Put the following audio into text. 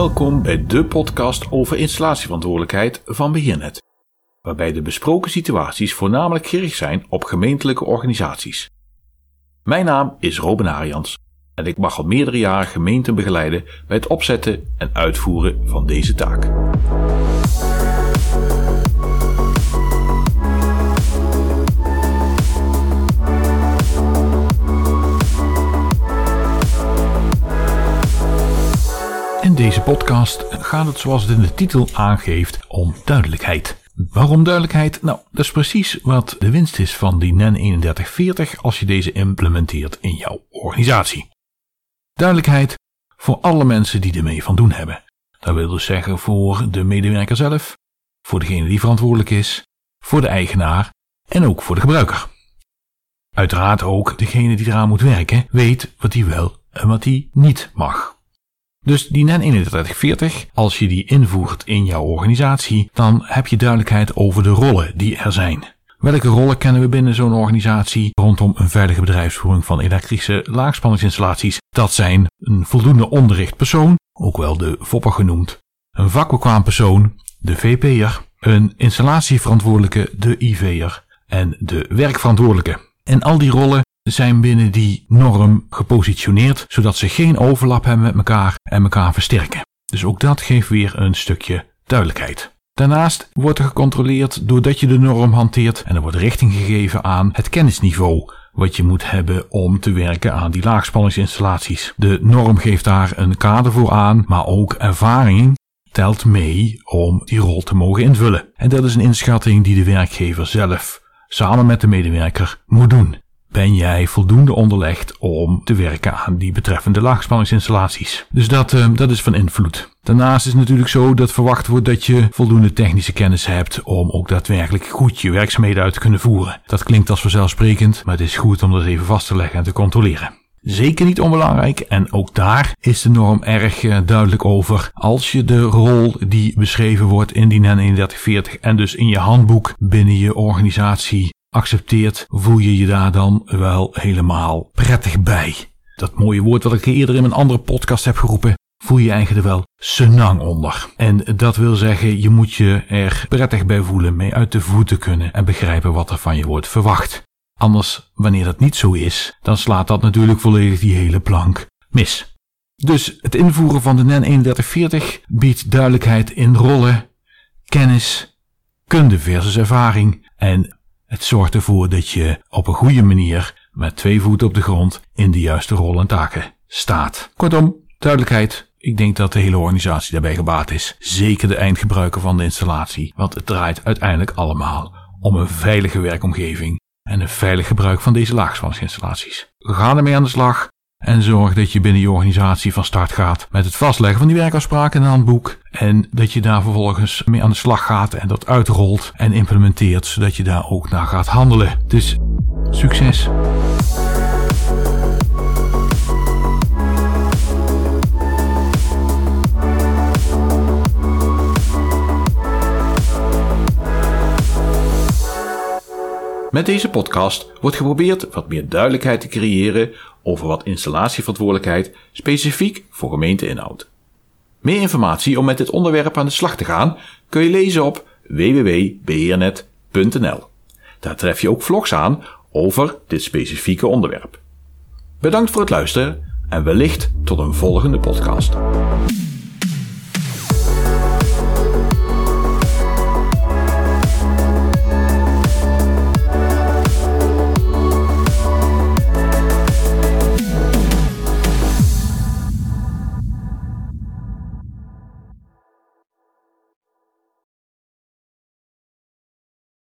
Welkom bij de podcast over installatieverantwoordelijkheid van Beheernet, waarbij de besproken situaties voornamelijk gericht zijn op gemeentelijke organisaties. Mijn naam is Robin Arians en ik mag al meerdere jaren gemeenten begeleiden bij het opzetten en uitvoeren van deze taak. In deze podcast gaat het, zoals het in de titel aangeeft, om duidelijkheid. Waarom duidelijkheid? Nou, dat is precies wat de winst is van die NEN 3140 als je deze implementeert in jouw organisatie. Duidelijkheid voor alle mensen die ermee van doen hebben. Dat wil dus zeggen voor de medewerker zelf, voor degene die verantwoordelijk is, voor de eigenaar en ook voor de gebruiker. Uiteraard ook degene die eraan moet werken weet wat hij wel en wat hij niet mag. Dus die NEN 3140, als je die invoert in jouw organisatie, dan heb je duidelijkheid over de rollen die er zijn. Welke rollen kennen we binnen zo'n organisatie rondom een veilige bedrijfsvoering van elektrische laagspanningsinstallaties? Dat zijn een voldoende onderricht persoon, ook wel de VOPper genoemd, een vakbekwaam persoon, de VP'er, een installatieverantwoordelijke, de IV'er en de werkverantwoordelijke. En al die rollen zijn binnen die norm gepositioneerd, zodat ze geen overlap hebben met elkaar en elkaar versterken. Dus ook dat geeft weer een stukje duidelijkheid. Daarnaast wordt er gecontroleerd doordat je de norm hanteert en er wordt richting gegeven aan het kennisniveau wat je moet hebben om te werken aan die laagspanningsinstallaties. De norm geeft daar een kader voor aan, maar ook ervaring telt mee om die rol te mogen invullen. En dat is een inschatting die de werkgever zelf samen met de medewerker moet doen. Ben jij voldoende onderlegd om te werken aan die betreffende laagspanningsinstallaties? Dus dat is van invloed. Daarnaast is het natuurlijk zo dat verwacht wordt dat je voldoende technische kennis hebt om ook daadwerkelijk goed je werkzaamheden uit te kunnen voeren. Dat klinkt als vanzelfsprekend, maar het is goed om dat even vast te leggen en te controleren. Zeker niet onbelangrijk en ook daar is de norm erg duidelijk over. Als je de rol die beschreven wordt in die NEN 3140 en dus in je handboek binnen je organisatie accepteert, voel je je daar dan wel helemaal prettig bij. Dat mooie woord wat ik eerder in een andere podcast heb geroepen, voel je eigenlijk er wel senang onder. En dat wil zeggen, je moet je er prettig bij voelen, mee uit de voeten kunnen en begrijpen wat er van je wordt verwacht. Anders, wanneer dat niet zo is, dan slaat dat natuurlijk volledig die hele plank mis. Dus het invoeren van de NEN 3140 biedt duidelijkheid in rollen, kennis, kunde versus ervaring en het zorgt ervoor dat je op een goede manier met 2 voeten op de grond in de juiste rol en taken staat. Kortom, duidelijkheid. Ik denk dat de hele organisatie daarbij gebaat is. Zeker de eindgebruiker van de installatie. Want het draait uiteindelijk allemaal om een veilige werkomgeving en een veilig gebruik van deze laagspanningsinstallaties. We gaan ermee aan de slag. En zorg dat je binnen je organisatie van start gaat met het vastleggen van die werkafspraken in een handboek. En dat je daar vervolgens mee aan de slag gaat en dat uitrolt en implementeert, zodat je daar ook naar gaat handelen. Dus succes! Met deze podcast wordt geprobeerd wat meer duidelijkheid te creëren over wat installatieverantwoordelijkheid specifiek voor gemeenten inhoudt. Meer informatie om met dit onderwerp aan de slag te gaan kun je lezen op www.beheernet.nl. Daar tref je ook vlogs aan over dit specifieke onderwerp. Bedankt voor het luisteren en wellicht tot een volgende podcast.